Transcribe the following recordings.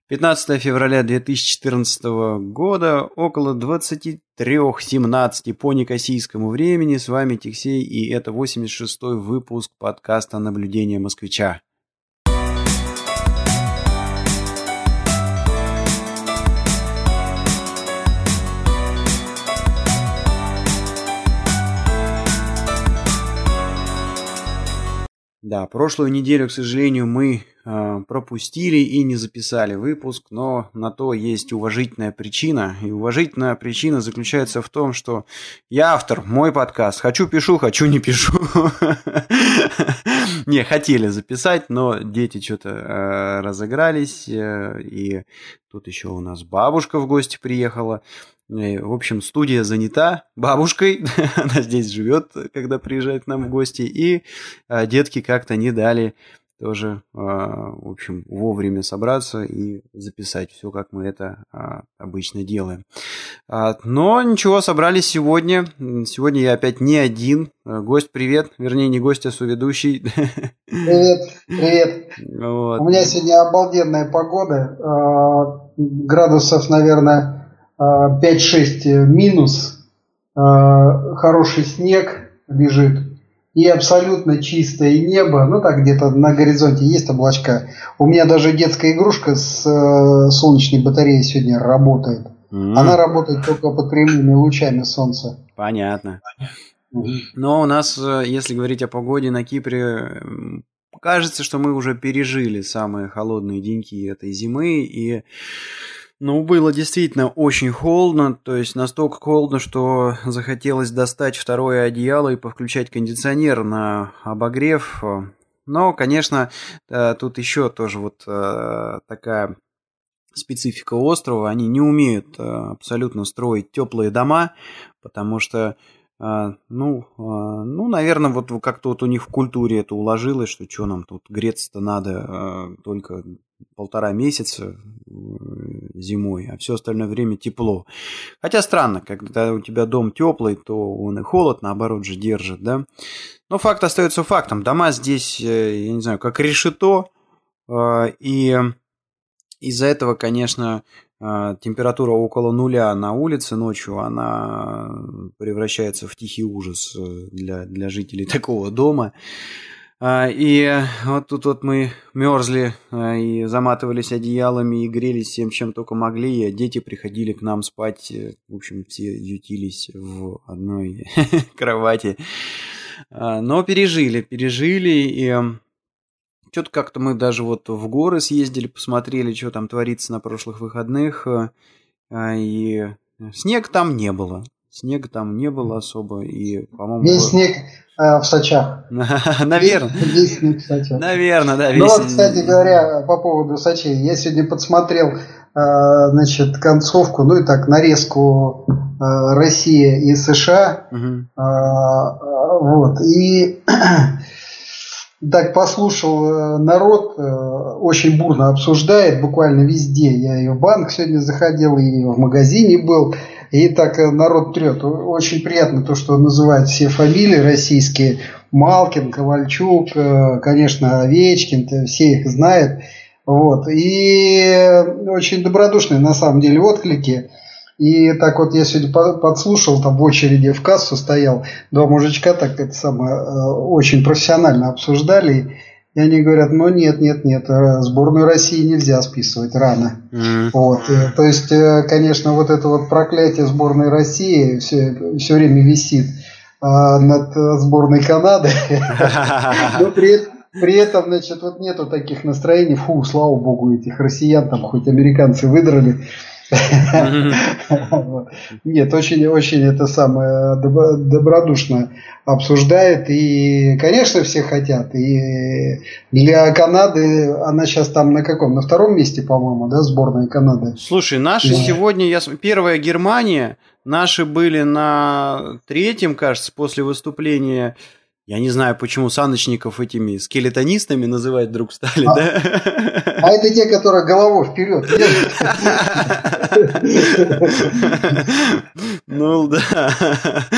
15 февраля 2014 года, около 23:17 по некосийскому времени. С вами Тиксей, и это 86-й выпуск подкаста «Наблюдение москвича». Да, прошлую неделю, к сожалению, мы пропустили и не записали выпуск, но на то есть уважительная причина. И уважительная причина заключается в том, что я автор, мой подкаст. Хочу пишу, хочу не пишу. Не, хотели записать, но дети что-то разыгрались, и тут еще у нас бабушка в гости приехала. В общем, студия занята бабушкой, она здесь живет, когда приезжает к нам в гости, и детки как-то не дали тоже, в общем, вовремя собраться и записать все, как мы это обычно делаем. Но ничего, собрались сегодня. Сегодня я опять не один. Гость, привет. Вернее, не гость, а соведущий. Привет, привет. Вот. У меня сегодня обалденная погода. Градусов, наверное, 5-6 минус, хороший снег лежит и абсолютно чистое небо, ну так где-то на горизонте есть облачка. У меня даже детская игрушка с солнечной батареей сегодня работает. Она работает только под прямыми лучами солнца. Понятно. Но у нас, если говорить о погоде на Кипре, кажется, что мы уже пережили самые холодные деньки этой зимы, и было действительно очень холодно, то есть настолько холодно, что захотелось достать второе одеяло и повключать кондиционер на обогрев. Но, конечно, тут еще тоже вот такая специфика острова. Они не умеют абсолютно строить теплые дома, потому что наверное, вот как-то вот у них в культуре это уложилось, что нам тут греться-то надо только 1,5 месяца зимой, а все остальное время тепло. Хотя странно, когда у тебя дом теплый, то он и холод, наоборот же, держит, да. Но факт остается фактом. Дома здесь, я не знаю, как решето, и из-за этого, конечно, температура около нуля на улице ночью, она превращается в тихий ужас для жителей такого дома. И вот тут вот мы мерзли и заматывались одеялами и грелись всем, чем только могли, и дети приходили к нам спать, в общем, все ютились в одной кровати. Но пережили, и что-то как-то мы даже вот в горы съездили, посмотрели, что там творится на прошлых выходных, и снега там не было. Снега там не было особо, и, по-моему... Весь снег в Сочах. Наверное. Весь снег в Сочах. Наверное, да. Ну вот, кстати говоря, по поводу Сочей, я сегодня подсмотрел, концовку, и так, нарезку Россия и США. Вот, и... Так, послушал, народ очень бурно обсуждает, буквально везде. Я и в банк сегодня заходил, и в магазине был, и так народ трет. Очень приятно то, что называют все фамилии российские. Малкин, Ковальчук, конечно, Овечкин, все их знают. Вот. И очень добродушные на самом деле отклики. И так вот я сегодня подслушал, там в очереди в кассу стоял, два мужичка так очень профессионально обсуждали. И они говорят, нет, сборную России нельзя списывать рано. Вот. То есть, конечно, вот это вот проклятие сборной России все время висит над сборной Канады. Но при этом, вот нету таких настроений, слава богу, этих россиян, там хоть американцы выдрали. Нет, очень это самое добродушно обсуждает. И, конечно, все хотят. И для Канады она сейчас там на каком? На 2-м месте, по-моему, да, сборная Канады. Слушай, наши сегодня, первая Германия, наши были на 3-м, кажется, после выступления. Я не знаю, почему саночников этими скелетонистами называть вдруг стали, да? А это те, которые головой вперед. Ну да.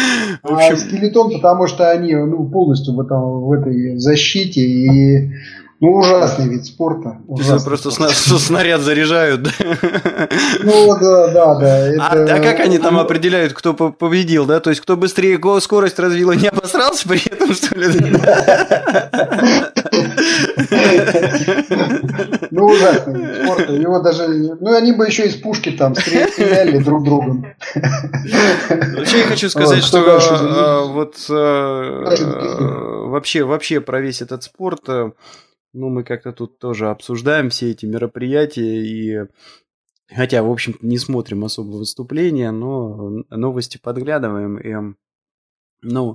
А скелетон, потому что они полностью в этой защите, и Ну, ужасный вид спорта. Просто снаряд заряжают. Ну, да. А как они там определяют, кто победил, да? То есть, кто быстрее скорость развил и не обосрался при этом, что ли? Ну, ужасный вид спорта. Его даже... Ну, они бы еще из пушки там стреляли друг другом. Вообще, я хочу сказать, что вот вообще про весь этот спорт... Ну, мы как-то тут тоже обсуждаем все эти мероприятия, и хотя, в общем-то, не смотрим особо выступления, но новости подглядываем, и, ну,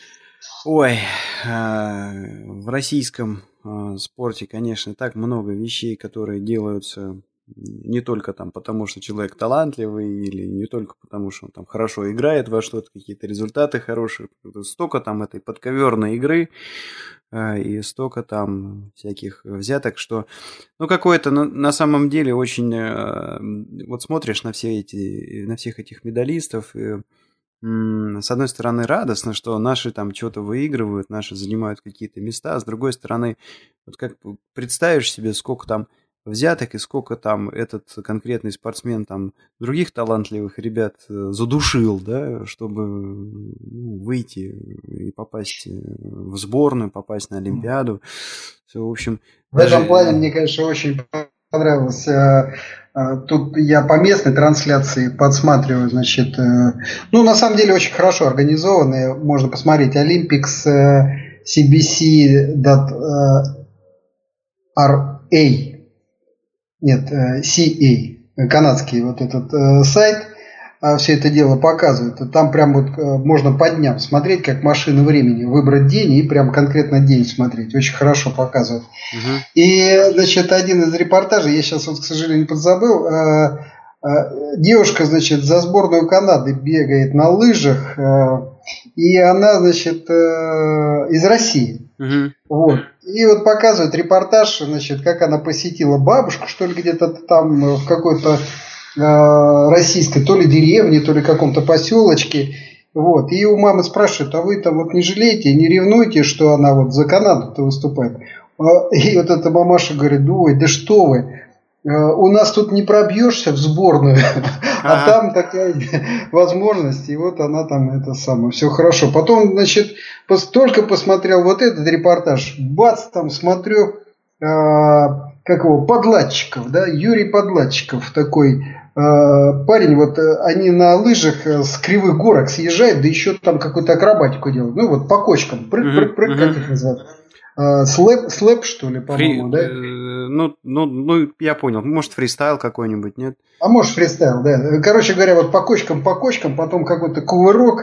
в российском спорте, конечно, так много вещей, которые делаются не только там потому, что человек талантливый, или не только потому, что он там хорошо играет во что-то, какие-то результаты хорошие, столько там этой подковерной игры, и столько там всяких взяток, что, ну, какое-то на самом деле очень, вот смотришь на всех этих медалистов, и, с одной стороны, радостно, что наши там что-то выигрывают, наши занимают какие-то места, а с другой стороны, вот как представишь себе, сколько там взяток и сколько там этот конкретный спортсмен там других талантливых ребят задушил, да, чтобы выйти и попасть в сборную, попасть на Олимпиаду. Все, в общем... В этом плане мне, конечно, очень понравилось. Тут я по местной трансляции подсматриваю, значит, ну, на самом деле, очень хорошо организованные. Можно посмотреть Olympics CBC.RA. Нет, CA, канадский вот этот сайт, все это дело показывает. Там прям вот можно по дням смотреть, как машина времени, выбрать день и прям конкретно день смотреть. Очень хорошо показывают. И, значит, один из репортажей, я сейчас вот, к сожалению, подзабыл, девушка, значит, за сборную Канады бегает на лыжах, и она, значит, из России. Вот. И вот показывают репортаж, значит, как она посетила бабушку, что ли, где-то там в какой-то российской, то ли деревне, то ли каком-то поселочке. Вот. И у мамы спрашивают, а вы там вот не жалеете, не ревнуете, что она вот за Канаду-то выступает? И вот эта мамаша говорит, ой, да что вы, у нас тут не пробьешься в сборную, а там такая возможность, и вот она там это самое, все хорошо. Потом, значит, только посмотрел вот этот репортаж, бац, там смотрю, как его, Подлатчиков, да, Юрий Подлатчиков такой парень, вот они на лыжах с кривых горок съезжают, да еще там какую-то акробатику делают, ну вот по кочкам, прыг-прыг-прыг, как их называют? Слэп, что ли, по-моему, да? Ну, я понял. Может, фристайл какой-нибудь, нет? А может, фристайл, да. Короче говоря, вот по кочкам, потом какой-то кувырок.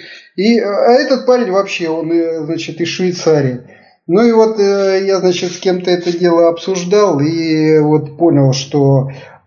А этот парень вообще, он, значит, из Швейцарии. Ну и вот я, значит, с кем-то это дело обсуждал и вот понял, что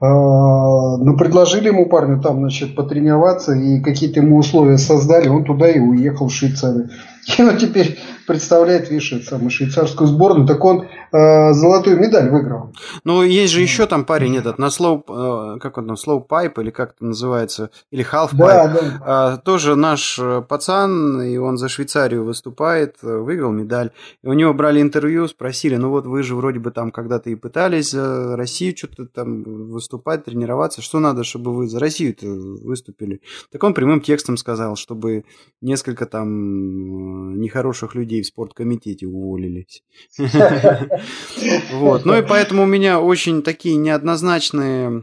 ну, предложили ему парню там, значит, потренироваться и какие-то ему условия создали, он туда и уехал в Швейцарию. И он теперь представляет, видишь, самую швейцарскую сборную, так он золотую медаль выиграл. Ну, есть же еще там парень этот, на как он там, slow pipe, или как это называется, или half pipe. Да. Тоже наш пацан, и он за Швейцарию выступает, выиграл медаль. И у него брали интервью, спросили, ну вот вы же вроде бы там когда-то и пытались за Россию что-то там выступать, тренироваться, что надо, чтобы вы за Россию-то выступили? Так он прямым текстом сказал, чтобы несколько там нехороших людей в спорткомитете уволились. Вот. Ну и поэтому у меня очень такие неоднозначные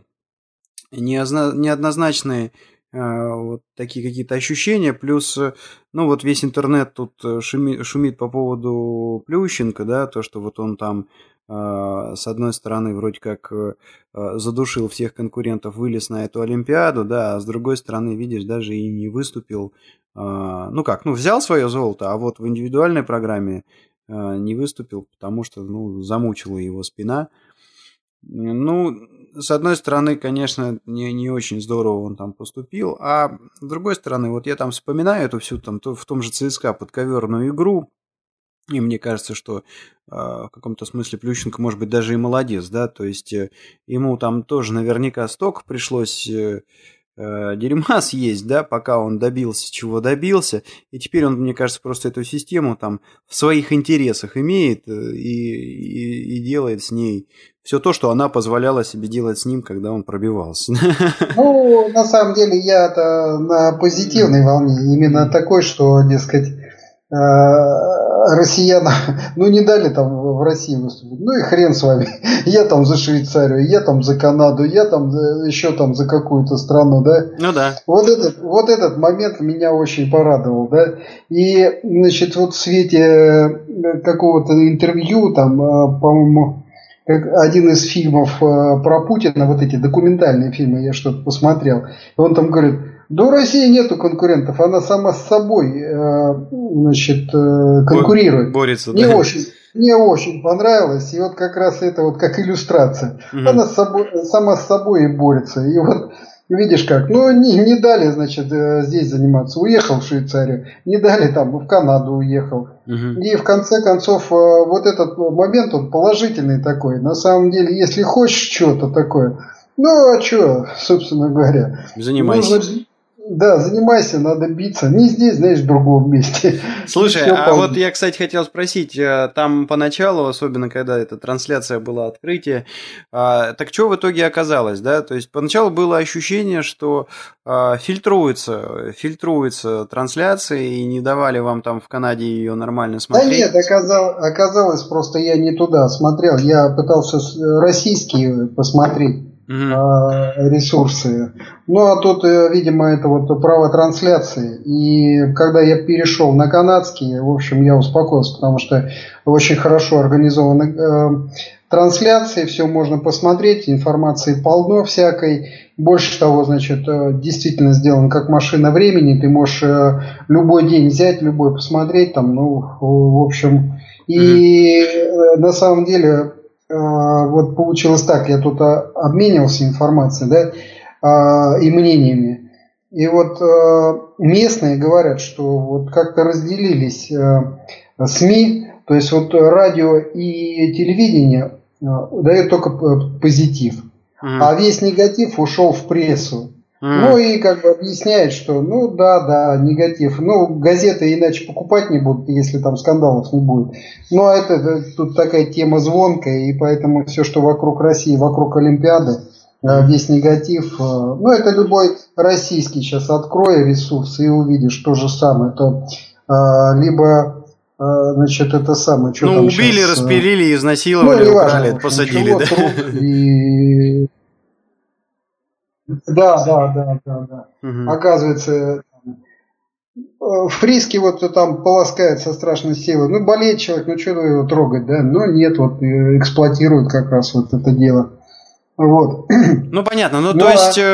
вот такие какие-то ощущения, плюс, ну вот весь интернет тут шумит по поводу Плющенко, да, то, что вот он там с одной стороны вроде как задушил всех конкурентов, вылез на эту Олимпиаду, да, а с другой стороны, видишь, даже и не выступил, ну как, ну взял свое золото, а вот в индивидуальной программе не выступил, потому что, ну, замучила его спина. Ну, с одной стороны, конечно, не очень здорово он там поступил, а с другой стороны, вот я там вспоминаю эту всю там в том же ЦСКА подковерную игру, и мне кажется, что в каком-то смысле Плющенко, может быть, даже и молодец, да, то есть ему там тоже наверняка столько пришлось дерьма съесть, да, пока он добился, чего добился, и теперь он, мне кажется, просто эту систему там в своих интересах имеет и делает с ней все то, что она позволяла себе делать с ним, когда он пробивался. Ну, на самом деле, я-то на позитивной волне, именно такой, что, дескать, россиянам, ну, не дали там в России выступить, ну и хрен с вами, я там за Швейцарию, я там за Канаду, я там еще там за какую-то страну, да. Ну да. Вот этот момент меня очень порадовал, да. И, значит, вот в свете какого-то интервью, там, по-моему, один из фильмов про Путина, вот эти документальные фильмы, я что-то посмотрел, и он там говорит: да у России нету конкурентов, она сама с собой, значит, конкурирует. Борется, мне да. Мне очень понравилось, и вот как раз это вот как иллюстрация. Она сама с собой и борется. И вот видишь как, ну не дали, значит, здесь заниматься, уехал в Швейцарию, не дали там, в Канаду уехал. И в конце концов вот этот момент, он положительный такой. На самом деле, если хочешь что-то такое, ну а что, собственно говоря. Занимайся. Да, занимайся, надо биться. Не здесь, знаешь, в другом месте. Слушай, а вот я, кстати, хотел спросить, там поначалу, особенно когда эта трансляция была, открытие, так что в итоге оказалось, да? То есть поначалу было ощущение, что фильтруется трансляция, и не давали вам там в Канаде ее нормально смотреть. Да нет, оказалось, просто я не туда смотрел. Я пытался российские посмотреть. Ресурсы. Ну, а тут, видимо, это вот право трансляции. И когда я перешел на канадские, в общем, я успокоился, потому что очень хорошо организованы трансляции, все можно посмотреть, информации полно всякой. Больше того, значит, действительно сделан как машина времени. Ты можешь любой день взять, любой посмотреть, там, ну, в общем. И на самом деле... Вот получилось так, я тут обменивался информацией, да, и мнениями. И вот местные говорят, что вот как-то разделились СМИ, то есть вот радио и телевидение дают только позитив, а весь негатив ушел в прессу. Ну и как бы объясняет, что ну да, негатив. Ну, газеты иначе покупать не будут, если там скандалов не будет. Ну а это тут такая тема звонкая, и поэтому все, что вокруг России, вокруг Олимпиады, весь негатив. Ну это любой российский сейчас открой ресурс и увидишь то же самое. То либо значит это самое, что ну, там убили, сейчас, распилили, изнасиловали, ну, украли, общем, посадили, да? Труп и... Да. Оказывается, Фриски вот там полоскает со страшной силой. Ну, болеет человек, ну, что его трогать, да? Но нет, вот эксплуатируют как раз вот это дело. Вот. Ну, понятно. Ну, то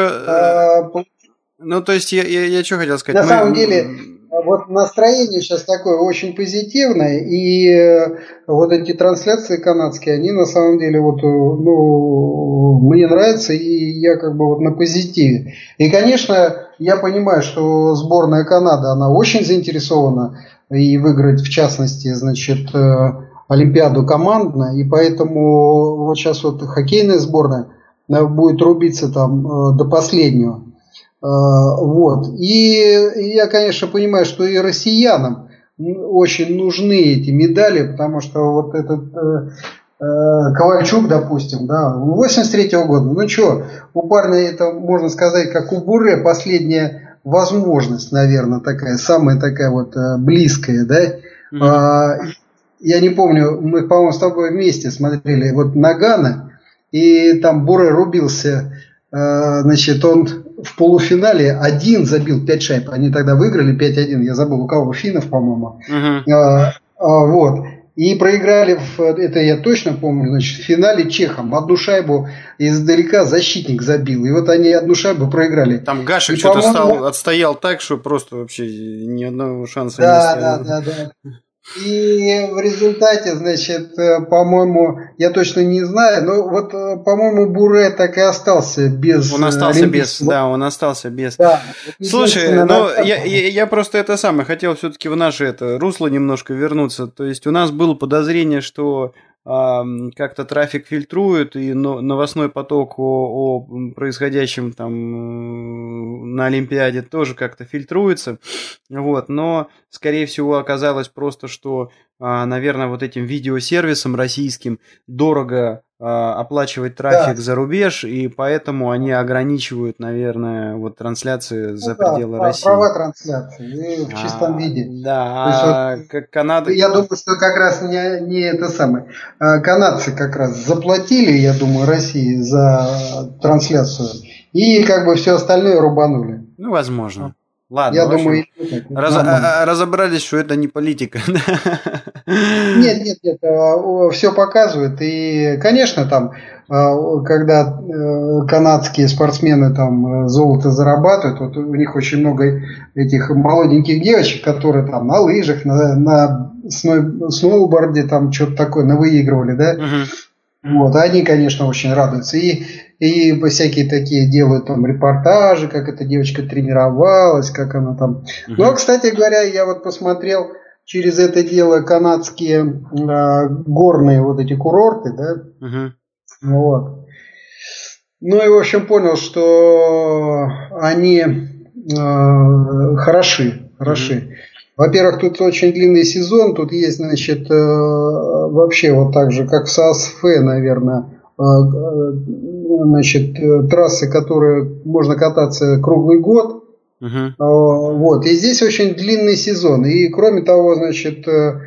есть, я что хотел сказать? На самом деле, вот настроение сейчас такое очень позитивное, и вот эти трансляции канадские, они на самом деле вот, ну, мне нравятся, и я как бы вот на позитиве. И, конечно, я понимаю, что сборная Канады, она очень заинтересована и выиграть, в частности, значит, Олимпиаду командно, и поэтому вот сейчас вот хоккейная сборная будет рубиться там до последнего. Вот. И я, конечно, понимаю, что и россиянам очень нужны эти медали, потому что вот этот Ковальчук, допустим, да, 83-го года, ну что, у парня это, можно сказать, как у Буре, последняя возможность, наверное, такая, самая такая вот близкая, да. Я не помню, мы, по-моему, с тобой вместе смотрели вот Нагано, и там Буре рубился, значит, он в полуфинале один забил 5 шайб. Они тогда выиграли 5-1. Я забыл, у кого, финнов, по-моему. Вот. И проиграли, это я точно помню, значит, в финале чехам. Одну шайбу издалека защитник забил. И вот они одну шайбу проиграли. Там Гашек что-то отстоял так, что просто вообще ни одного шанса не оставил. Да. И в результате, значит, по-моему, я точно не знаю, но вот, по-моему, Буре так и остался без... Он остался без, да, он остался без. Да. Слушай, ну, я просто это самое, хотел все-таки в наше это русло немножко вернуться. То есть у нас было подозрение, что как-то трафик фильтруют, и новостной поток о происходящем там на Олимпиаде тоже как-то фильтруется. Вот, но, скорее всего, оказалось просто, что, наверное, вот этим видеосервисам российским дорого оплачивать трафик за рубеж, и поэтому они ограничивают, наверное, вот трансляции за пределы России. Права трансляции в чистом виде. Да, как Канада... Я думаю, что как раз не это самое. Канадцы как раз заплатили, я думаю, России за трансляцию, и как бы все остальное рубанули. Ну, возможно. Ладно, я думаю, разобрались, что это не политика. Нет, все показывает. И, конечно, там, когда канадские спортсмены там золото зарабатывают, вот у них очень много этих молоденьких девочек, которые там на лыжах, на сноуборде, там что-то такое навыигрывали, да? Вот, они, конечно, очень радуются. И всякие такие делают там репортажи, как эта девочка тренировалась, как она там. Но, кстати говоря, я вот посмотрел через это дело канадские горные вот эти курорты, да. Вот. Ну и, в общем, понял, что они хороши. Во-первых, тут очень длинный сезон, тут есть, значит, вообще вот так же, как в САСФ, наверное, значит, трассы, которые можно кататься круглый год. Вот. И здесь очень длинный сезон. И кроме того, значит,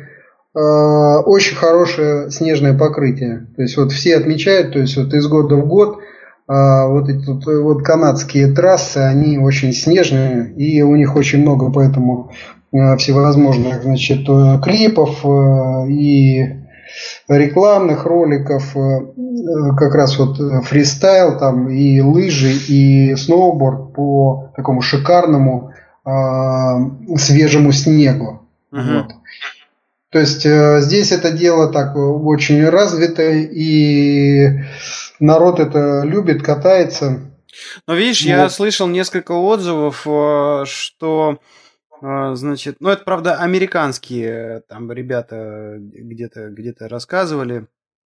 очень хорошее снежное покрытие. То есть вот все отмечают, то есть вот из года в год вот эти вот канадские трассы, они очень снежные, и у них очень много поэтому всевозможных, значит, клипов и рекламных роликов, как раз вот фристайл там и лыжи и сноуборд по такому шикарному свежему снегу. Вот. То есть здесь это дело так очень развито, и народ это любит, катается. Но видишь, я слышал несколько отзывов, что, значит, ну это правда американские там ребята где-то рассказывали,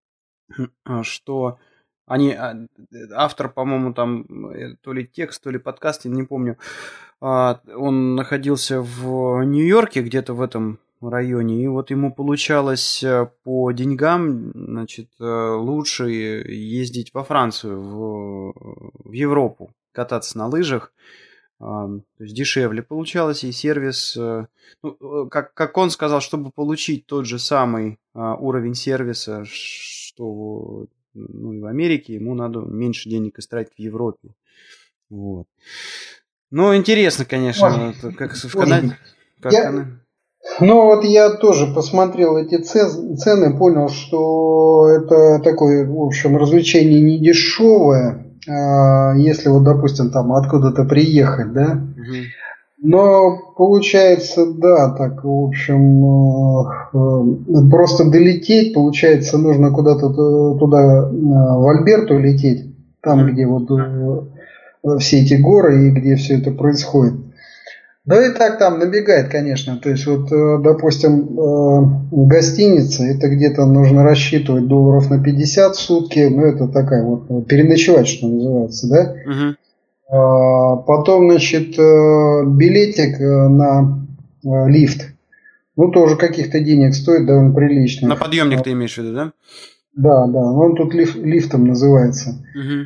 что они, автор, по-моему, там то ли текст, то ли подкаст, я не помню, он находился в Нью-Йорке, где-то в этом районе, и вот ему получалось по деньгам, значит, лучше ездить во Францию, в Европу, кататься на лыжах, то есть дешевле получалось, и сервис, ну, как он сказал, чтобы получить тот же самый уровень сервиса, что ну, и в Америке, ему надо меньше денег истратить в Европе. Вот. Ну, интересно, конечно, как в Канаде. Ну, вот я тоже посмотрел эти цены, понял, что это такое, в общем, развлечение не дешевое, если вот, допустим, там откуда-то приехать, да. Но получается, да, так, в общем, просто долететь, получается, нужно куда-то туда, в Альберту лететь, там, где вот все эти горы и где все это происходит. Да и так там набегает, конечно. То есть, вот, допустим, гостиница, это где-то нужно рассчитывать долларов на 50 в сутки. Ну, это такая вот, переночевать, что называется, да? Потом, значит, билетик на лифт. Ну, тоже каких-то денег стоит, довольно прилично. На подъемник ты имеешь в виду, да? Да. Он тут лифтом называется.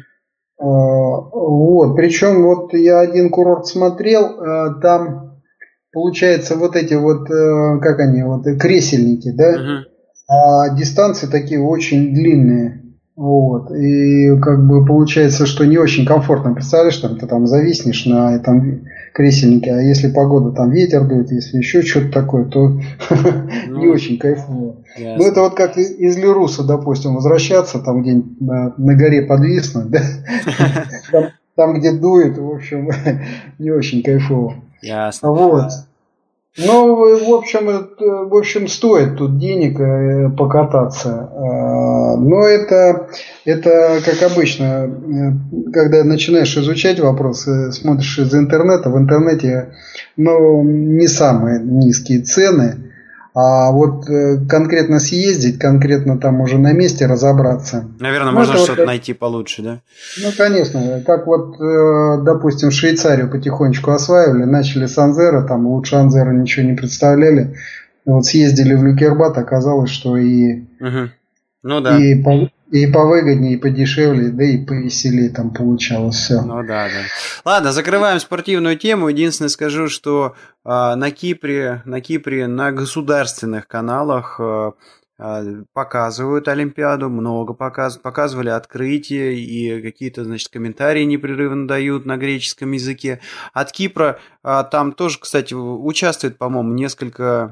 Вот, причем вот я один курорт смотрел, там получается вот эти вот, как они, вот кресельники, да, а дистанции такие очень длинные, вот, и как бы получается, что не очень комфортно, представляешь, там ты там зависнешь на этом кресельнике, а если погода, там ветер дует, если еще что-то такое, то не очень кайфово. Ну, это вот как из Леруса, допустим, возвращаться, там где-нибудь на горе подвиснуть, да? Там, где дует, в общем, не очень кайфово. Ясно. Вот. Ну, в общем, стоит тут денег покататься. Но это, как обычно, когда начинаешь изучать вопросы, смотришь из интернета, в интернете, ну, не самые низкие цены. А вот конкретно съездить, конкретно там уже на месте разобраться. Наверное, можно что-то найти получше, да? Ну, конечно. Как вот, допустим, Швейцарию потихонечку осваивали, начали с Анзера, там лучше Анзера ничего не представляли. Вот съездили в Люкербат, оказалось, что и, ну, да. и повыгоднее, и подешевле, да и повеселее там получалось все. Ну да. Ладно, закрываем спортивную тему. Единственное скажу, что на Кипре на государственных каналах показывают Олимпиаду, много показывали открытие и какие-то, значит, комментарии непрерывно дают на греческом языке. От Кипра там тоже, кстати, участвует, по-моему, несколько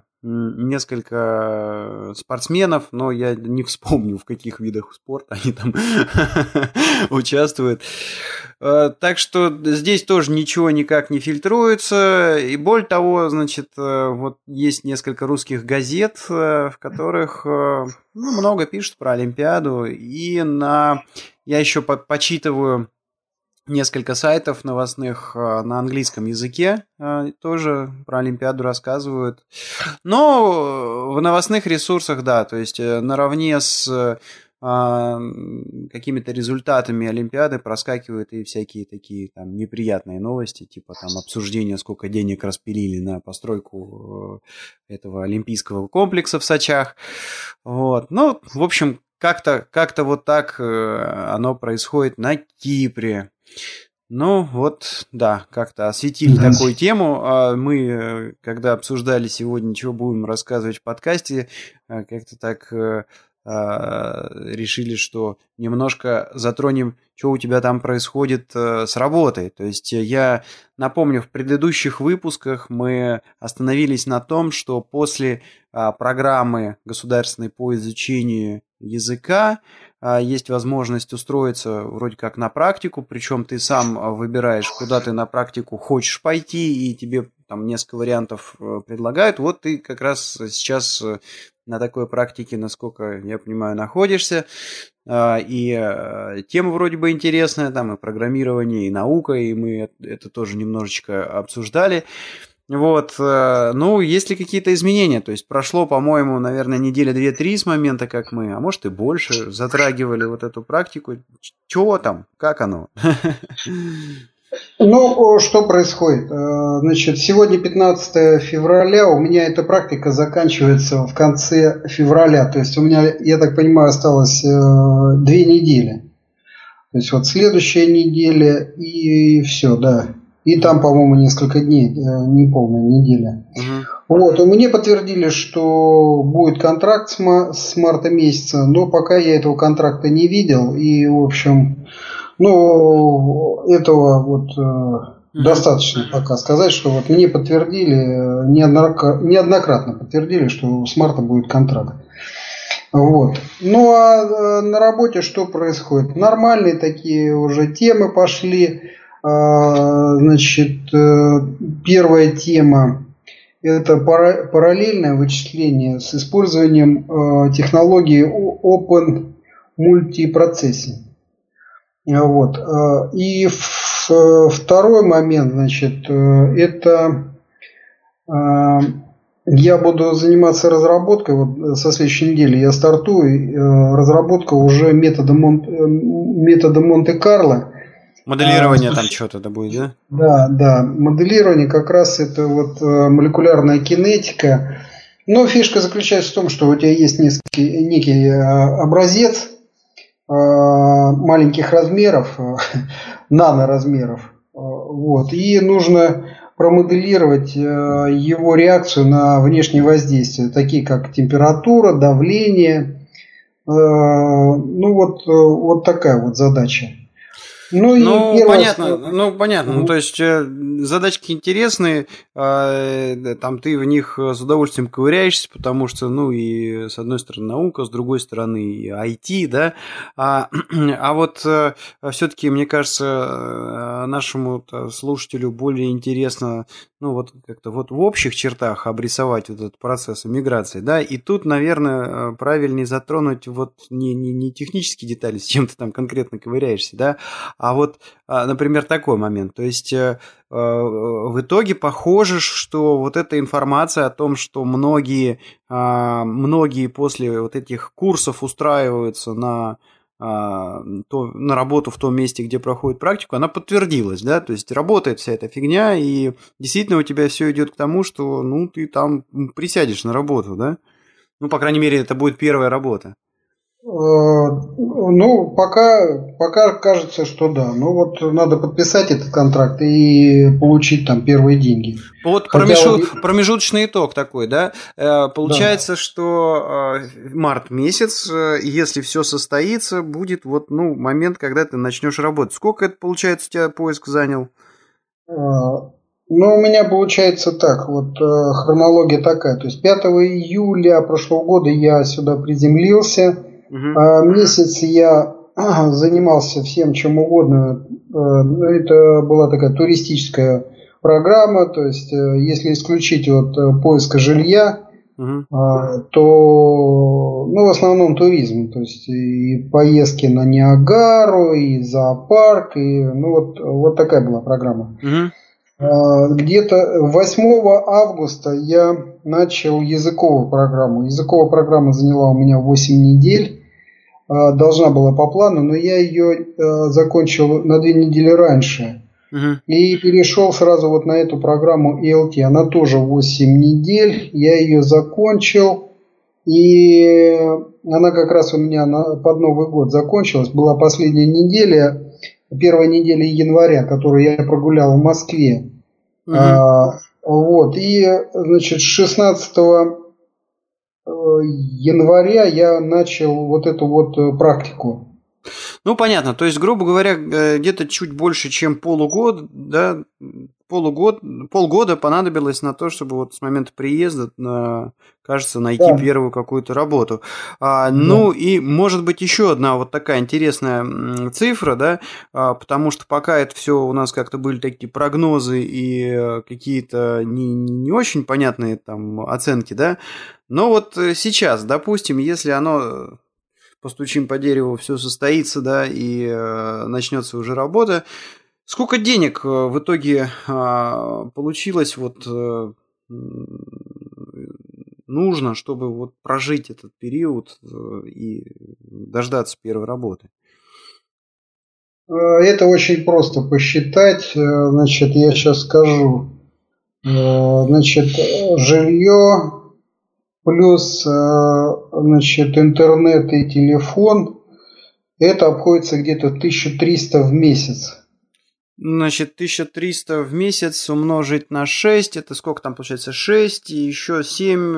спортсменов, но я не вспомню, в каких видах спорта они там участвуют. Так что здесь тоже ничего никак не фильтруется. И более того, значит, вот есть несколько русских газет, в которых много пишут про Олимпиаду. И я еще почитываю несколько сайтов новостных на английском языке тоже про Олимпиаду рассказывают. Но в новостных ресурсах, да, то есть наравне с какими-то результатами Олимпиады проскакивают и всякие такие там неприятные новости, типа там обсуждения, сколько денег распилили на постройку этого олимпийского комплекса в Сочах. Вот. Ну, в общем, как-то вот так оно происходит на Кипре. Ну, вот, да, как-то осветили такую тему. Мы, когда обсуждали сегодня, чего будем рассказывать в подкасте, как-то так решили, что немножко затронем, что у тебя там происходит с работой. То есть я напомню, в предыдущих выпусках мы остановились на том, что после программы государственной по изучению языка есть возможность устроиться вроде как на практику, причем ты сам выбираешь, куда ты на практику хочешь пойти, и тебе там несколько вариантов предлагают. Вот ты как раз сейчас на такой практике, насколько я понимаю, находишься. И тема вроде бы интересная, там и программирование, и наука, и мы это тоже немножечко обсуждали. Вот, ну, есть ли какие-то изменения? То есть прошло, по-моему, наверное, неделя 2-3 с момента, как мы, а может и больше, затрагивали вот эту практику. Чего там? Как оно? Ну, что происходит? Значит, сегодня 15 февраля, у меня эта практика заканчивается в конце февраля. То есть у меня, я так понимаю, осталось 2 недели. То есть вот следующая неделя и все, да. И там, по-моему, несколько дней, не полная неделя. Вот, и мне подтвердили, что будет контракт с марта месяца, но пока я этого контракта не видел. И, в общем, ну, этого вот достаточно пока сказать, что вот мне подтвердили, неоднократно подтвердили, что с марта будет контракт. Вот. Ну, а на работе что происходит? Нормальные такие уже темы пошли. Значит, первая тема – это параллельное вычисление с использованием технологии Open Multiprocessing. Вот. И второй момент, значит, это я буду заниматься разработкой, вот со следующей недели я стартую, разработка уже метода Монте-Карло. Моделирование там что-то да будет, да? Да, моделирование как раз это вот молекулярная кинетика. Но фишка заключается в том, что у тебя есть некий образец маленьких размеров, наноразмеров, вот, и нужно промоделировать его реакцию на внешние воздействия, такие как температура, давление. Ну вот такая вот задача. Понятно. Ну, то есть задачки интересные, там ты в них с удовольствием ковыряешься, потому что, ну, и с одной стороны наука, с другой стороны и IT, да, а вот все-таки, мне кажется, нашему слушателю более интересно, ну, вот как-то вот в общих чертах обрисовать вот этот процесс миграции, да, и тут, наверное, правильнее затронуть вот не технические детали, с чем ты там конкретно ковыряешься, да, А вот, например, такой момент. То есть в итоге похоже, что вот эта информация о том, что многие после вот этих курсов устраиваются на работу в том месте, где проходит практику, она подтвердилась, да, то есть работает вся эта фигня, и действительно у тебя все идет к тому, что, ну, ты там присядешь на работу, да, ну, по крайней мере, это будет первая работа. Ну, пока кажется, что да. Ну, вот надо подписать этот контракт и получить там первые деньги. Вот промежуточный итог такой, да? Получается, что март месяц, если все состоится, будет вот, ну, момент, когда ты начнешь работать. Сколько это, получается, у тебя поиск занял? Ну, у меня получается так, вот хронология такая. То есть 5 июля прошлого года я сюда приземлился. Месяц я занимался всем чем угодно. Это была такая туристическая программа. То есть, если исключить вот поиска жилья, то, ну, в основном туризм. То есть, и поездки на Ниагару, и зоопарк, и, ну, вот такая была программа. Где-то 8 августа я начал языковую программу. Языковая программа заняла у меня 8 недель. Должна была по плану, но я ее закончил на 2 недели раньше. И перешел сразу вот на эту программу ELT. Она тоже 8 недель. Я ее закончил. И она как раз у меня под Новый год закончилась. Была последняя неделя, первая неделя января, которую я прогулял в Москве. Вот. И, значит, 16 января я начал вот эту вот практику. Ну, понятно. То есть, грубо говоря, где-то чуть больше, чем полгода, да, полгода понадобилось на то, чтобы вот с момента приезда, кажется, найти первую какую-то работу. Ну, и, может быть, еще одна вот такая интересная цифра, да, потому что пока это все у нас как-то были такие прогнозы и какие-то не очень понятные там оценки, да, но вот сейчас, допустим, если оно... постучим по дереву, все состоится, да, и начнется уже работа. Сколько денег в итоге получилось вот нужно, чтобы вот прожить этот период и дождаться первой работы? Это очень просто посчитать. Значит, я сейчас скажу. Значит, жилье плюс, значит, интернет и телефон, это обходится где-то 1300 в месяц. Значит, 1300 в месяц умножить на 6, это сколько там получается? 6 и еще 7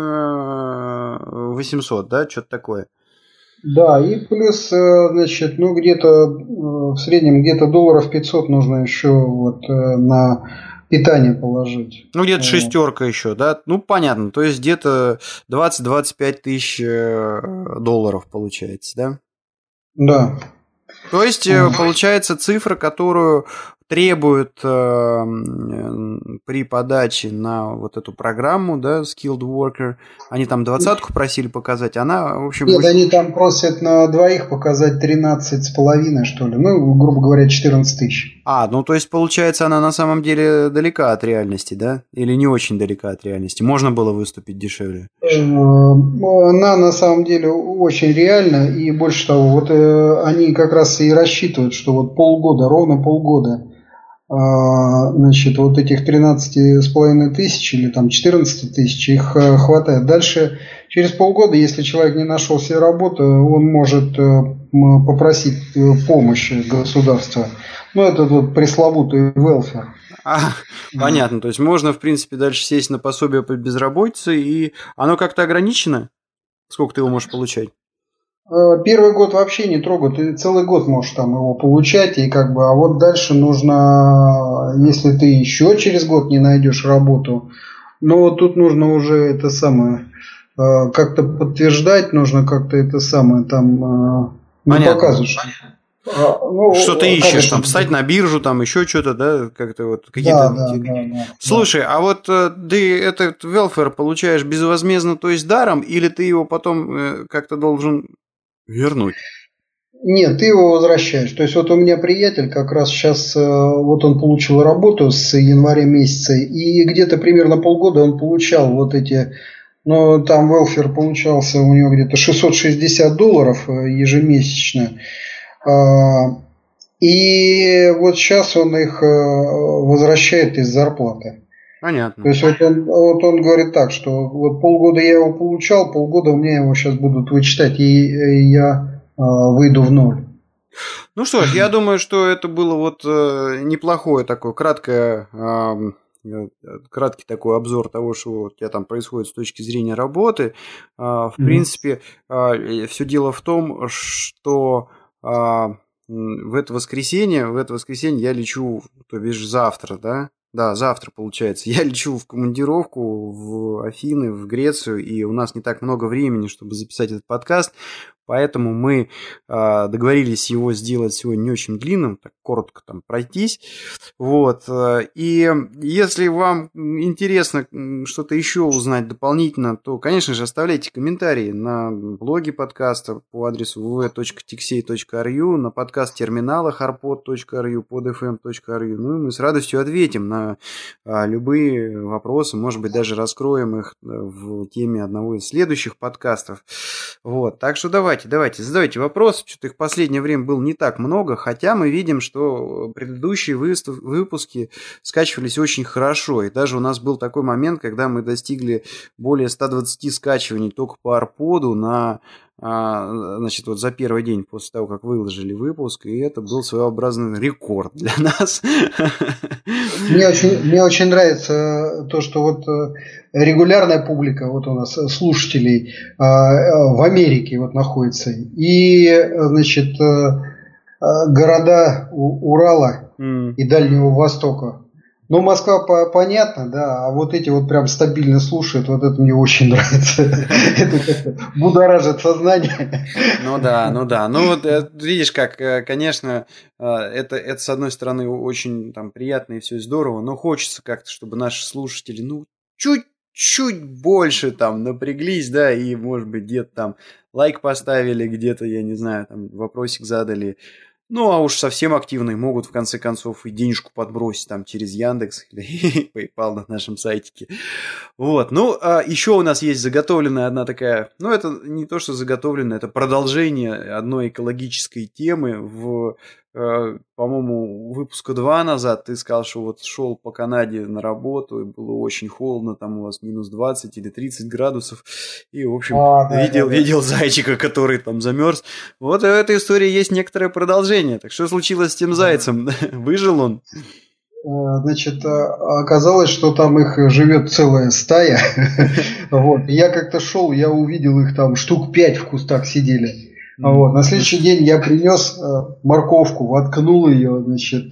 800, да, что-то такое? Да, и плюс, значит, ну где-то в среднем где-то долларов 500 нужно еще вот на питание положить. Ну, где-то шестерка еще, да? Ну, понятно. То есть где-то 20-25 тысяч долларов получается, да? Да. То есть получается цифра, которую требует при подаче на вот эту программу, да, Skilled Worker, они там 20-ку просили показать, она, в общем... Нет, они там просят на двоих показать 13,5, что ли, ну, грубо говоря, 14 тысяч. Ну, то есть, получается, она на самом деле далека от реальности, да? Или не очень далека от реальности? Можно было выступить дешевле? Она на самом деле очень реальна, и больше того, вот они как раз и рассчитывают, что вот полгода, ровно полгода, значит, вот этих 13,5 тысяч или там 14 тысяч, их хватает. Дальше, через полгода, если человек не нашел себе работу, он может попросить помощи государства. Ну, это вот пресловутый welfare. Понятно, то есть можно, в принципе, дальше сесть на пособие по безработице, и оно как-то ограничено? Сколько ты его можешь получать? Первый год вообще не трогай, ты целый год можешь там его получать, и как бы, а вот дальше нужно, если ты еще через год не найдешь работу, но тут нужно уже это самое, как-то подтверждать, нужно как-то это самое там показывать. Что ты ищешь, там, встать на биржу, там, еще что-то, да, как-то вот какие-то... Да. Слушай, а вот ты этот welfare получаешь безвозмездно, то есть даром, или ты его потом как-то должен вернуть? Нет, ты его возвращаешь. То есть вот у меня приятель как раз сейчас, вот он получил работу с января месяца, и где-то примерно полгода он получал вот эти, ну там велфер получался у него где-то $660 ежемесячно. И вот сейчас он их возвращает из зарплаты. То Понятно. есть вот он говорит так, что вот полгода я его получал, полгода у меня его сейчас будут вычитать, и я выйду в ноль. Ну что ж, я думаю, что это было вот неплохое такое краткий такой обзор того, что у тебя там происходит с точки зрения работы. В принципе, все дело в том, что в это воскресенье я лечу, то бишь завтра, да? Да, завтра, получается. Я лечу в командировку в Афины, в Грецию, и у нас не так много времени, чтобы записать этот подкаст. Поэтому мы договорились его сделать сегодня не очень длинным, так коротко там пройтись. Вот. И если вам интересно что-то еще узнать дополнительно, то, конечно же, оставляйте комментарии на блоге подкаста по адресу www.tixey.ru, на подкаст-терминалах arpod.ru, podfm.ru. Ну и мы с радостью ответим на любые вопросы, может быть, даже раскроем их в теме одного из следующих подкастов. Вот. Так что давайте, задавайте вопросы. Что-то их в последнее время было не так много, хотя мы видим, что предыдущие выпуски скачивались очень хорошо. И даже у нас был такой момент, когда мы достигли более 120 скачиваний только по Арподу на, значит, вот за первый день после того, как выложили выпуск. И это был своеобразный рекорд для нас. Мне очень нравится то, что вот регулярная публика вот у нас слушателей в Америке вот находится. И, значит, города Урала и Дальнего Востока. Ну, Москва понятно, да, а вот эти вот прям стабильно слушают, вот это мне очень нравится. Это как-то будоражит сознание. Ну да. Ну вот видишь, как, конечно, это с одной стороны очень там приятно и все здорово, но хочется как-то, чтобы наши слушатели, ну, чуть больше там напряглись, да, и, может быть, где-то там лайк поставили, где-то, я не знаю, там вопросик задали. Ну, а уж совсем активные могут, в конце концов, и денежку подбросить там через Яндекс или PayPal на нашем сайтике. Вот, ну, еще у нас есть заготовленная одна такая, ну, это не то, что заготовленная, это продолжение одной экологической темы в, по-моему, выпуска 2 назад ты сказал, что вот шел по Канаде на работу, и было очень холодно, там у вас минус 20 или 30 градусов, и, в общем, видел зайчика, который там замерз. Вот в этой истории есть некоторое продолжение. Так что случилось с тем зайцем? Выжил он? Значит, оказалось, что там их живет целая стая. Вот. Я как-то шел, я увидел их там штук 5 в кустах сидели. Вот. На следующий день я принес морковку, воткнул ее, значит,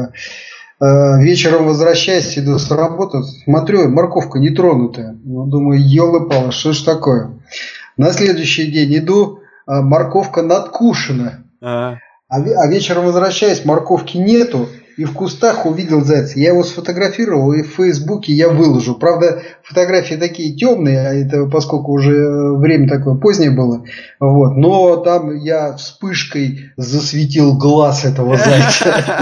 вечером возвращаясь, иду с работы, смотрю, морковка не тронутая. Ну, думаю, елы-палы, что ж такое? На следующий день иду, морковка надкушена. А вечером возвращаясь, морковки нету. И в кустах увидел зайца. Я его сфотографировал, и в Фейсбуке я выложу. Правда, фотографии такие темные, это поскольку уже время такое позднее было. Вот. Но там я вспышкой засветил глаз этого зайца.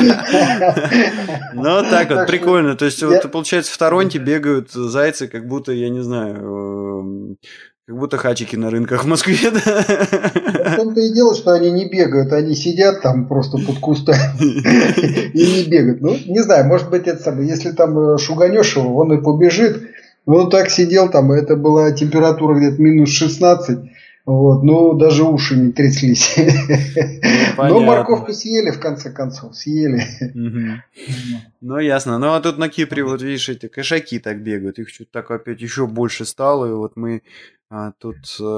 Ну, так вот, прикольно. То есть, вот, получается, в Торонте бегают зайцы, как будто, я не знаю... Как будто хачики на рынках в Москве, да? В том-то и дело, что они не бегают, они сидят там просто под кустами и не бегают. Ну, не знаю, может быть, это самое. Если там шуганешь его, он и побежит. Он так сидел там, это была температура где-то минус 16. Вот, ну, даже уши не тряслись. Но морковку съели, в конце концов, съели. Ну, ясно. Ну, а тут на Кипре, вот видишь, эти кошаки так бегают. Их что-то так опять еще больше стало. И вот мы тут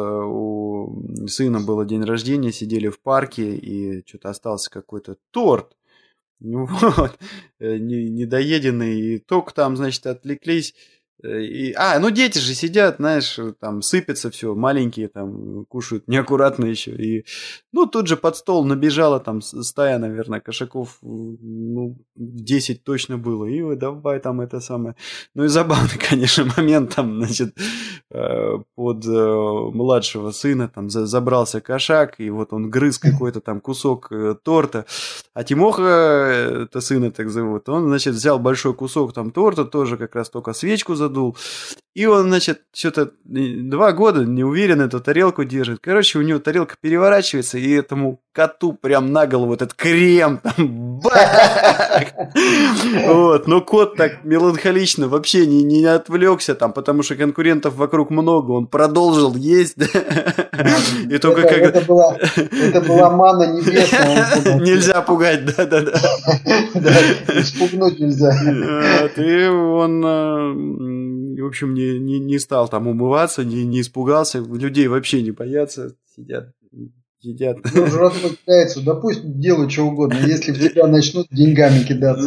у сына было день рождения, сидели в парке, и что-то остался какой-то торт. Ну вот, недоеденный. И только там, значит, отвлеклись. Ну дети же сидят, знаешь, там сыпется все, маленькие там кушают неаккуратно еще. И, тут же под стол набежала там стая, наверное, кошаков, 10 точно было. И давай там это самое. Ну и забавный, конечно, момент там, значит, под младшего сына там забрался кошак, и вот он грыз какой-то там кусок торта. А Тимоха, это сына так зовут, он, значит, взял большой кусок там торта, тоже как раз только свечку задул. И он, значит, что-то 2 года неуверенно эту тарелку держит. Короче, у него тарелка переворачивается, и этому коту прям на голову этот крем там бах! Вот, но кот так меланхолично вообще не отвлекся там, потому что конкурентов вокруг много, он продолжил есть. И только это была манна небесная. Нельзя пугать, да-да-да. Испугнуть нельзя. И он, в общем, не стал там умываться, не испугался. Людей вообще не боятся, сидят, едят. Ну, жратва кидается, да пусть делают что угодно, если в тебя начнут деньгами кидаться.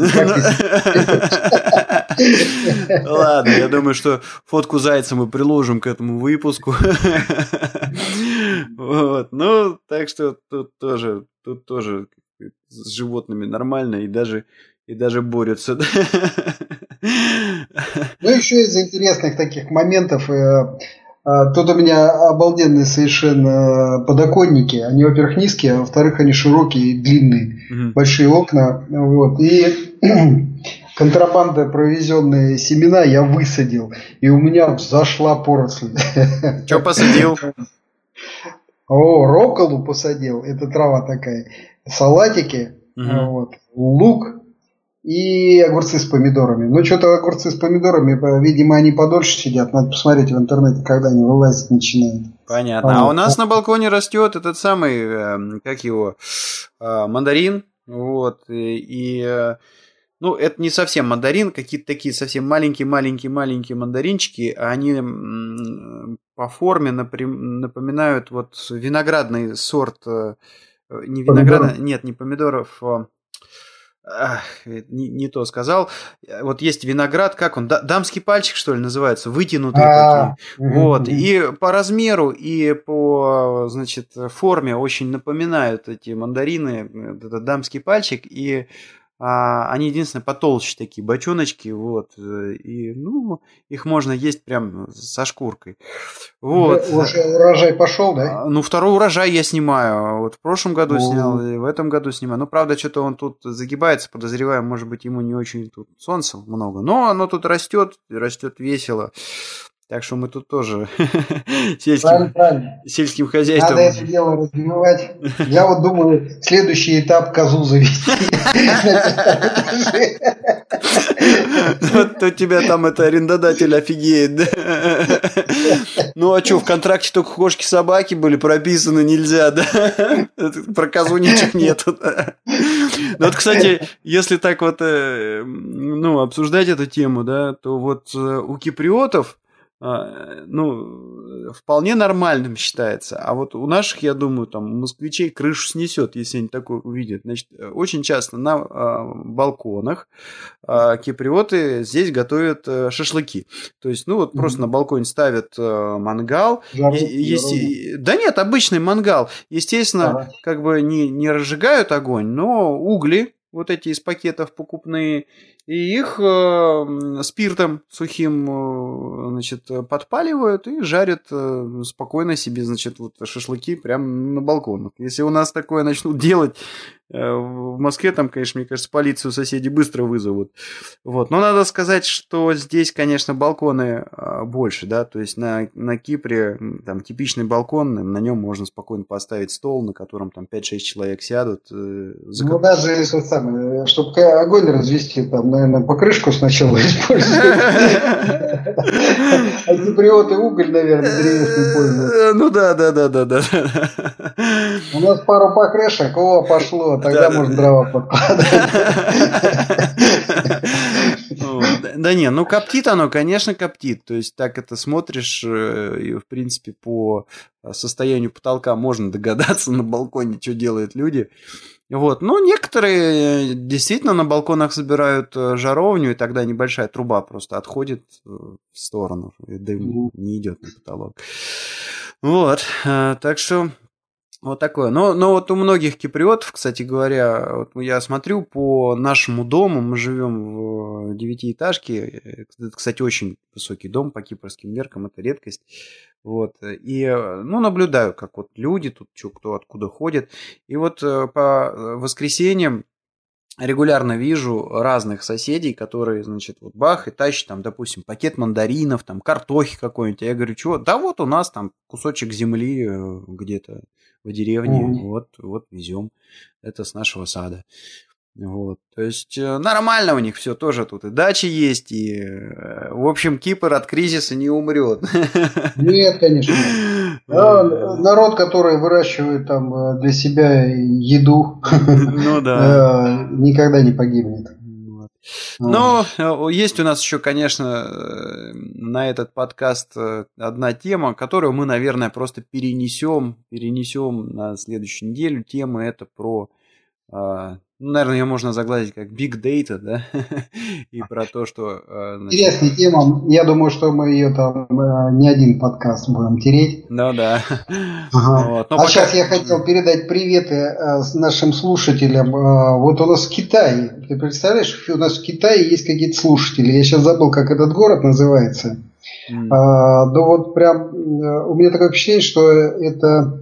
Ладно, я думаю, что фотку зайца мы приложим к этому выпуску. Вот. Ну, так что тут тоже с животными нормально и даже борются. Ну, еще из интересных таких моментов, тут у меня обалденные совершенно подоконники. Они, во-первых, низкие, а во-вторых, они широкие и длинные. Большие окна. Вот. И контрабанда провезенные семена я высадил. И у меня взошла поросль. Что посадил? Рокколу посадил. Это трава такая. Салатики. Вот. Лук. И огурцы с помидорами. Ну, что-то огурцы с помидорами, видимо, они подольше сидят. Надо посмотреть в интернете, когда они вылазить начинают. Понятно. А у нас на балконе растет этот самый, как его, мандарин. Вот. Ну, это не совсем мандарин, какие-то такие совсем маленькие мандаринчики. Они по форме напоминают вот виноградный сорт. Не винограда, нет, не помидоров. Не то сказал. Вот есть виноград, как он? Дамский пальчик, что ли, называется? Вытянутые такие. Вот. И по размеру, и по, значит, форме очень напоминают эти мандарины. Это дамский пальчик. И они, единственное, потолще такие бочоночки. Вот. И, их можно есть прям со шкуркой. Вот. Уже урожай пошел, да? Ну, второй урожай я снимаю. Вот в прошлом году снял, и в этом году снимаю. Ну, правда, что-то он тут загибается, подозреваю, может быть, ему не очень тут солнца много. Но оно тут растет весело. Так что мы тут тоже сельским хозяйством. Надо это дело развивать. Я вот думаю, следующий этап козу завести. Вот у тебя там это арендодатель офигеет. Ну а что, в контракте только кошки-собаки были прописаны, нельзя, да? Про козу ничего нету. Ну вот, кстати, если так вот обсуждать эту тему, да, то вот у киприотов вполне нормальным считается. А вот у наших, я думаю, там, москвичей крышу снесет, если они такое увидят. Значит, очень часто на балконах киприоты здесь готовят шашлыки. То есть, просто на балконе ставят мангал. Да нет, обычный мангал. Естественно, как бы не разжигают огонь, но угли, вот эти из пакетов покупные, и их спиртом сухим, значит, подпаливают и жарят спокойно себе, значит, вот шашлыки прямо на балконах. Если у нас такое начнут делать, в Москве там, конечно, мне кажется, полицию соседи быстро вызовут. Вот. Но надо сказать, что здесь, конечно, балконы больше, да, то есть на Кипре там типичный балкон, на нем можно спокойно поставить стол, на котором там 5-6 человек сядут. Даже если чтобы огонь развести, там, наверное, покрышку сначала использовать. А киприоты уголь, наверное, древесный пользуются. Ну да. У нас пару покрышек, пошло, тогда можно дрова подкладывать. Да не, коптит оно, конечно, коптит. То есть так это смотришь, и в принципе по состоянию потолка можно догадаться на балконе, что делают люди. Вот. Но некоторые действительно на балконах собирают жаровню, и тогда небольшая труба просто отходит в сторону, и дым не идет на потолок. Вот. Так что вот такое. Но вот у многих киприотов, кстати говоря, вот я смотрю по нашему дому, мы живем в 9-этажке, это, кстати, очень высокий дом по кипрским меркам, это редкость. Вот. И, наблюдаю, как вот люди тут, кто откуда ходит. И вот по воскресеньям регулярно вижу разных соседей, которые, значит, вот бах, и тащат там, допустим, пакет мандаринов, там, картохи какой-нибудь. Я говорю, чего? Да вот у нас там кусочек земли где-то в деревне, вот везем. Это с нашего сада. Вот. То есть нормально у них все тоже тут. И дачи есть, и, в общем, Кипр от кризиса не умрет. Нет, конечно. Народ, который выращивает там для себя еду, никогда не погибнет. Но есть у нас еще, конечно, на этот подкаст одна тема, которую мы, наверное, просто перенесем на следующую неделю. Тема это про... наверное, ее можно загладить как Big Data, да, и про то, что... Интересная тема. Я думаю, что мы ее там не один подкаст будем тереть. Ну да. Вот. Пока... сейчас я хотел передать приветы нашим слушателям. Вот у нас в Китае, ты представляешь, у нас в Китае есть какие-то слушатели. Я сейчас забыл, как этот город называется. Да вот прям у меня такое впечатление, что это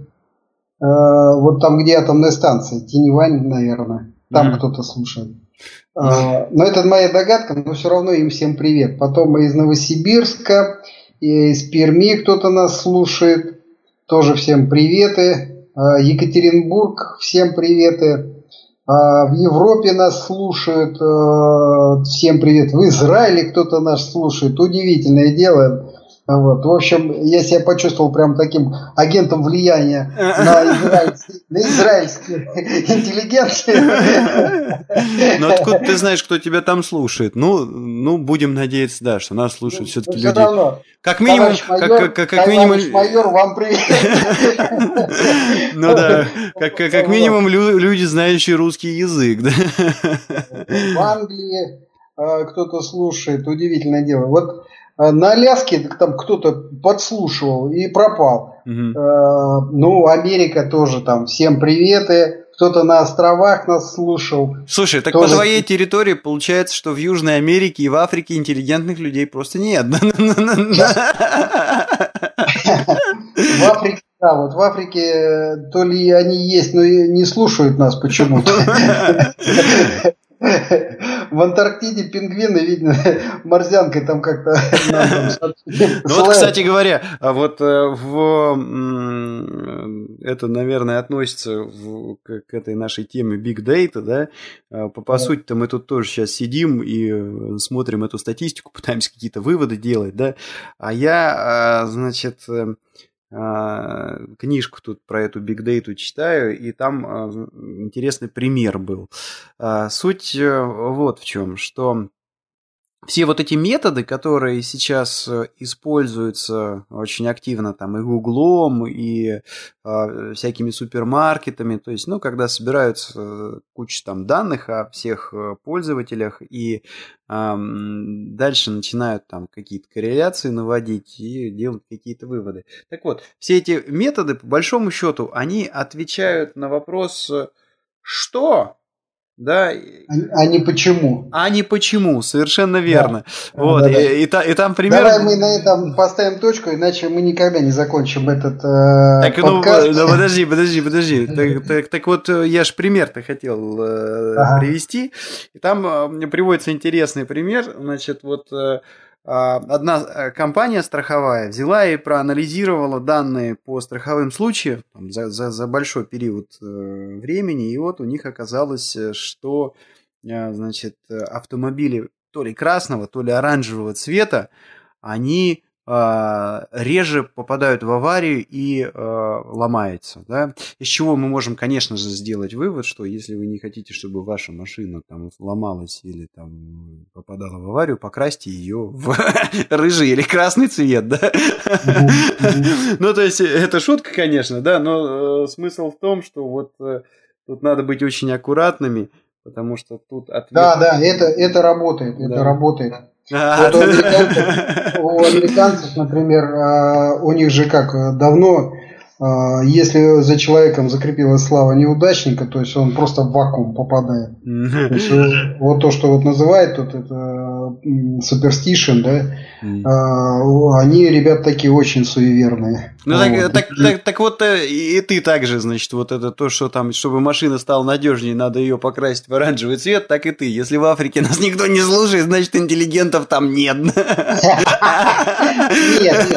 вот там, где атомная станция, Тиньюань, наверное. Там кто-то слушает. Но это моя догадка, но все равно им всем привет. Потом из Новосибирска, из Перми кто-то нас слушает. Тоже всем приветы. Екатеринбург, всем приветы. В Европе нас слушают. Всем привет. В Израиле кто-то нас слушает. Удивительное дело. Вот. В общем, я себя почувствовал прям таким агентом влияния на израильскую интеллигенцию. Ну, откуда ты знаешь, кто тебя там слушает? Ну, будем надеяться, да, что нас слушают все-таки люди. Равно. Как минимум, товарищ майор, вам привет. Ну да, как минимум люди, знающие русский язык, да. В Англии кто-то слушает, удивительное дело. Вот на Аляске там кто-то подслушивал и пропал. Америка тоже там. Всем приветы. Кто-то на островах нас слушал. Слушай, так тоже... по твоей территории получается, что в Южной Америке и в Африке интеллигентных людей просто нет. В Африке, да, вот в Африке то ли они есть, но не слушают нас почему-то. В Антарктиде пингвины, видно, морзянкой там как-то... Ну вот, кстати говоря, вот это, наверное, относится к этой нашей теме Big Data, да? По сути-то мы тут тоже сейчас сидим и смотрим эту статистику, пытаемся какие-то выводы делать, да? А я, значит... книжку тут про эту Big Data читаю, и там интересный пример был. Суть вот в чем, что все вот эти методы, которые сейчас используются очень активно там и Гуглом, и всякими супермаркетами, то есть, когда собираются куча там данных о всех пользователях и дальше начинают там какие-то корреляции наводить и делать какие-то выводы. Так вот, все эти методы, по большому счету, они отвечают на вопрос «что?». Да. А не почему. А не почему, совершенно верно. Да. Вот, да. И там пример... Давай мы на этом поставим точку, иначе мы никогда не закончим этот подкаст. Подожди. Так вот, я ж пример-то хотел привести. И там приводится интересный пример. Значит, вот... Одна компания страховая взяла и проанализировала данные по страховым случаям за большой период времени, и вот у них оказалось, что, значит, автомобили то ли красного, то ли оранжевого цвета, они реже попадают в аварию и ломаются. Да? Из чего мы можем, конечно же, сделать вывод, что если вы не хотите, чтобы ваша машина там ломалась или там попадала в аварию, покрасьте ее в рыжий или красный цвет. Да? Ну, то есть, это шутка, конечно, да, но смысл в том, что вот тут надо быть очень аккуратными, потому что тут ответ... Да, это работает, это работает. Вот у американцев, например, у них же как давно, если за человеком закрепилась слава неудачника, то есть он просто в вакуум попадает. То есть, вот то, что вот называют тут это superstition, да, они, ребята, такие очень суеверные. Ну так вот и ты также, значит, вот это то, что там, чтобы машина стала надежнее, надо ее покрасить в оранжевый цвет, так и ты. Если в Африке нас никто не слушает, значит, интеллигентов там нет. Нет.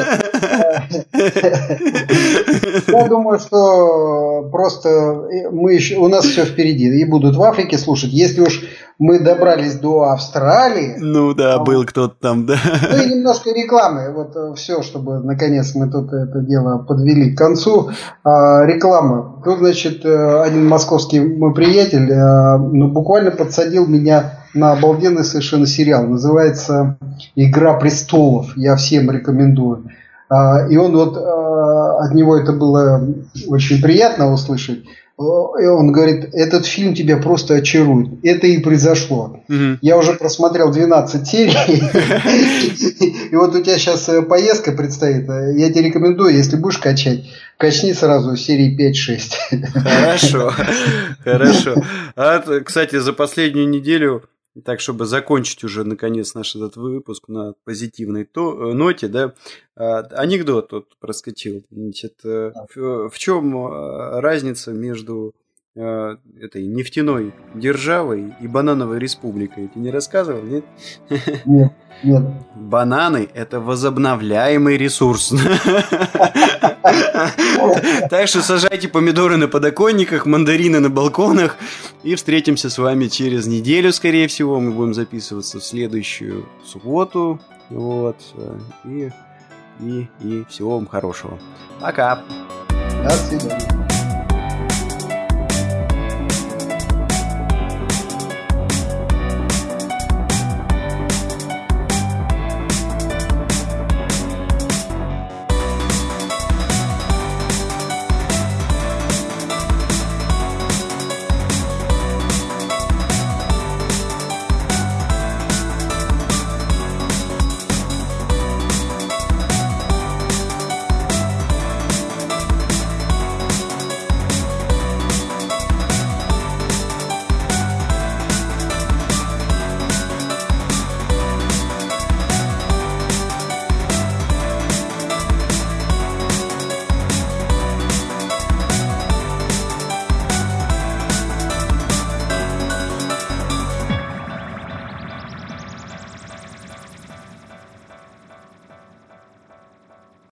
Я думаю, что просто у нас все впереди. И будут в Африке слушать. Если уж мы добрались до Австралии... Ну да, был кто-то там, да. Ну и немножко рекламы. Вот все, чтобы наконец мы тут это дело подвели к концу. Реклама. Тут, значит, один московский мой приятель буквально подсадил меня на обалденный совершенно сериал. Называется «Игра престолов». Я всем рекомендую. И он вот от него это было очень приятно услышать. И он говорит, этот фильм тебя просто очарует. Это и произошло. Я уже просмотрел 12 серий. И вот у тебя сейчас поездка предстоит. Я тебе рекомендую, если будешь качать, качни сразу серии 5-6. Хорошо. Кстати, за последнюю неделю, так, чтобы закончить уже, наконец, наш этот выпуск на позитивной ноте, да, анекдот тут проскочил. Значит, в чем разница между этой нефтяной державой и банановой республикой? Ты не рассказывал, нет? Нет. Бананы – это возобновляемый ресурс. Так что сажайте помидоры на подоконниках, мандарины на балконах. И встретимся с вами через неделю, скорее всего. Мы будем записываться в следующую субботу. Вот. И всего вам хорошего. Пока. До свидания.